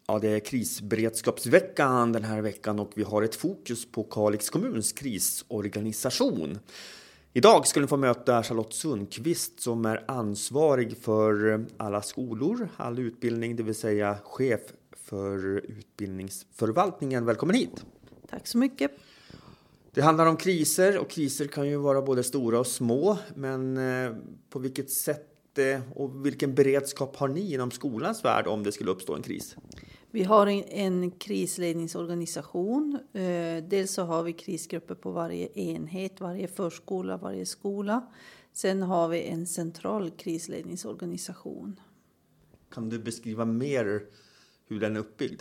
Ja, det är krisberedskapsveckan den här veckan och vi har ett fokus på Kalix kommuns krisorganisation. Idag ska ni få möta Charlotte Sundqvist som är ansvarig för alla skolor, all utbildning, det vill säga chef för utbildningsförvaltningen. Välkommen hit! Tack så mycket! Det handlar om kriser och kriser kan ju vara både stora och små, men på vilket sätt och vilken beredskap har ni inom skolans värld om det skulle uppstå en kris? Vi har en krisledningsorganisation. Dels så har vi krisgrupper på varje enhet, varje förskola, varje skola. Sen har vi en central krisledningsorganisation. Kan du beskriva mer hur den är uppbyggd?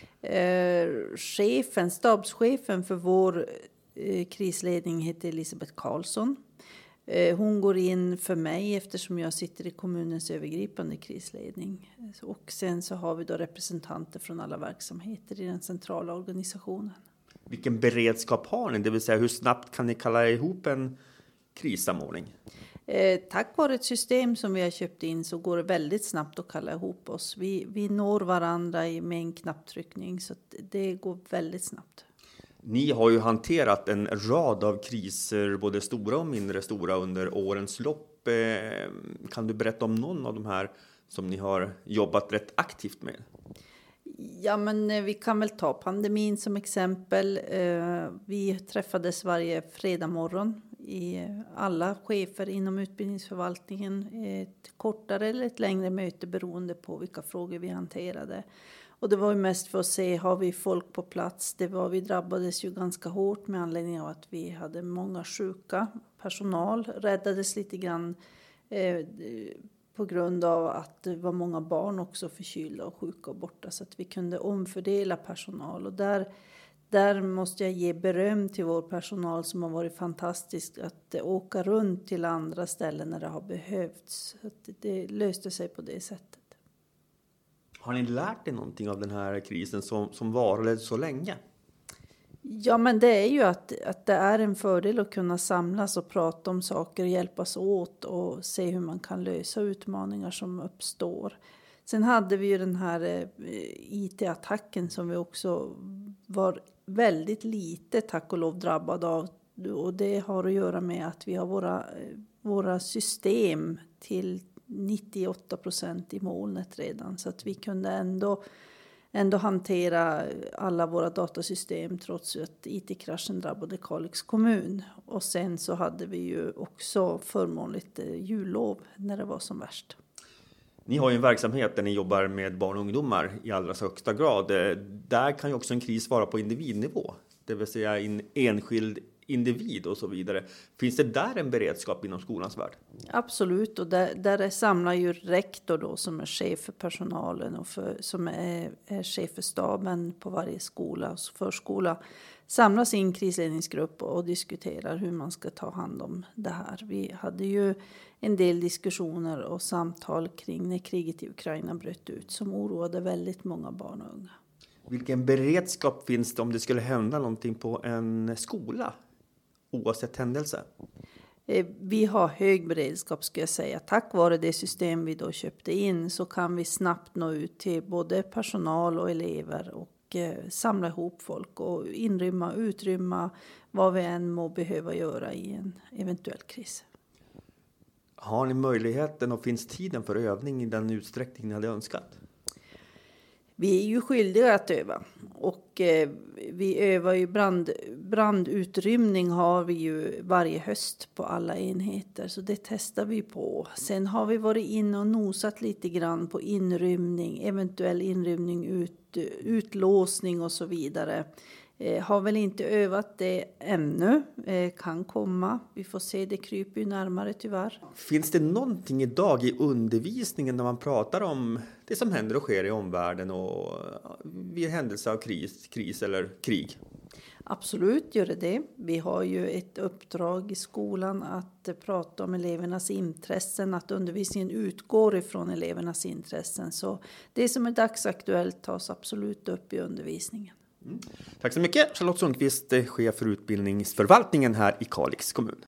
Stabschefen för vår krisledning heter Elisabeth Karlsson. Hon går in för mig eftersom jag sitter i kommunens övergripande krisledning. Och sen så har vi då representanter från alla verksamheter i den centrala organisationen. Vilken beredskap har ni? Det vill säga hur snabbt kan ni kalla ihop en krissamordning? Tack vare ett system som vi har köpt in så går det väldigt snabbt att kalla ihop oss. Vi når varandra med en knapptryckning så att det går väldigt snabbt. Ni har ju hanterat en rad av kriser, både stora och mindre stora under årens lopp. Kan du berätta om någon av de här som ni har jobbat rätt aktivt med? Ja, men vi kan väl ta pandemin som exempel. Vi träffades varje fredag morgon i alla chefer inom utbildningsförvaltningen. Ett kortare eller ett längre möte beroende på vilka frågor vi hanterade. Och det var ju mest för att se, har vi folk på plats? Vi drabbades ju ganska hårt med anledning av att vi hade många sjuka. Personal räddades lite grann på grund av att det var många barn också förkylda och sjuka och borta. Så att vi kunde omfördela personal. Och där måste jag ge beröm till vår personal som har varit fantastisk att åka runt till andra ställen när det har behövts. Så att det löste sig på det sättet. Har ni lärt er någonting av den här krisen som varade så länge? Ja, men det är ju att det är en fördel att kunna samlas och prata om saker och hjälpas åt och se hur man kan lösa utmaningar som uppstår. Sen hade vi ju den här IT-attacken som vi också var väldigt lite, tack och lov, drabbade av. Och det har att göra med att vi har våra system till 98% i molnet redan. Så att vi kunde ändå hantera alla våra datasystem trots att IT-kraschen drabbade Kalix kommun. Och sen så hade vi ju också förmånligt jullov när det var som värst. Ni har ju en verksamhet där ni jobbar med barn och ungdomar i allra högsta grad. Där kan ju också en kris vara på individnivå. Det vill säga en enskild individ och så vidare. Finns det där en beredskap inom skolans värld? Absolut, och där samlar ju rektor då som är chef för personalen och som är chef för staben på varje skola och förskola. Samlas i en krisledningsgrupp och diskuterar hur man ska ta hand om det här. Vi hade ju en del diskussioner och samtal kring när kriget i Ukraina bröt ut som oroade väldigt många barn och unga. Vilken beredskap finns det om det skulle hända någonting på en skola? Oavsett händelse? Vi har hög beredskap, ska jag säga. Tack vare det system vi då köpte in så kan vi snabbt nå ut till både personal och elever och samla ihop folk och utrymma vad vi än må behöva göra i en eventuell kris. Har ni möjligheten och finns tiden för övning i den utsträckning ni hade önskat? Vi är ju skyldiga att öva och vi övar ju brandutrymning har vi ju varje höst på alla enheter, så det testar vi på. Sen har vi varit inne och nosat lite grann på inrymning, eventuell inrymning, utlåsning och så vidare. Har väl inte övat det ännu, kan komma. Vi får se, det kryper ju närmare tyvärr. Finns det någonting idag i undervisningen när man pratar om det som händer och sker i omvärlden och vid händelse av kris eller krig? Absolut gör det. Vi har ju ett uppdrag i skolan att prata om elevernas intressen, att undervisningen utgår ifrån elevernas intressen. Så det som är dagsaktuellt tas absolut upp i undervisningen. Tack så mycket, Charlotte Sundqvist, chef för utbildningsförvaltningen här i Kalix kommun.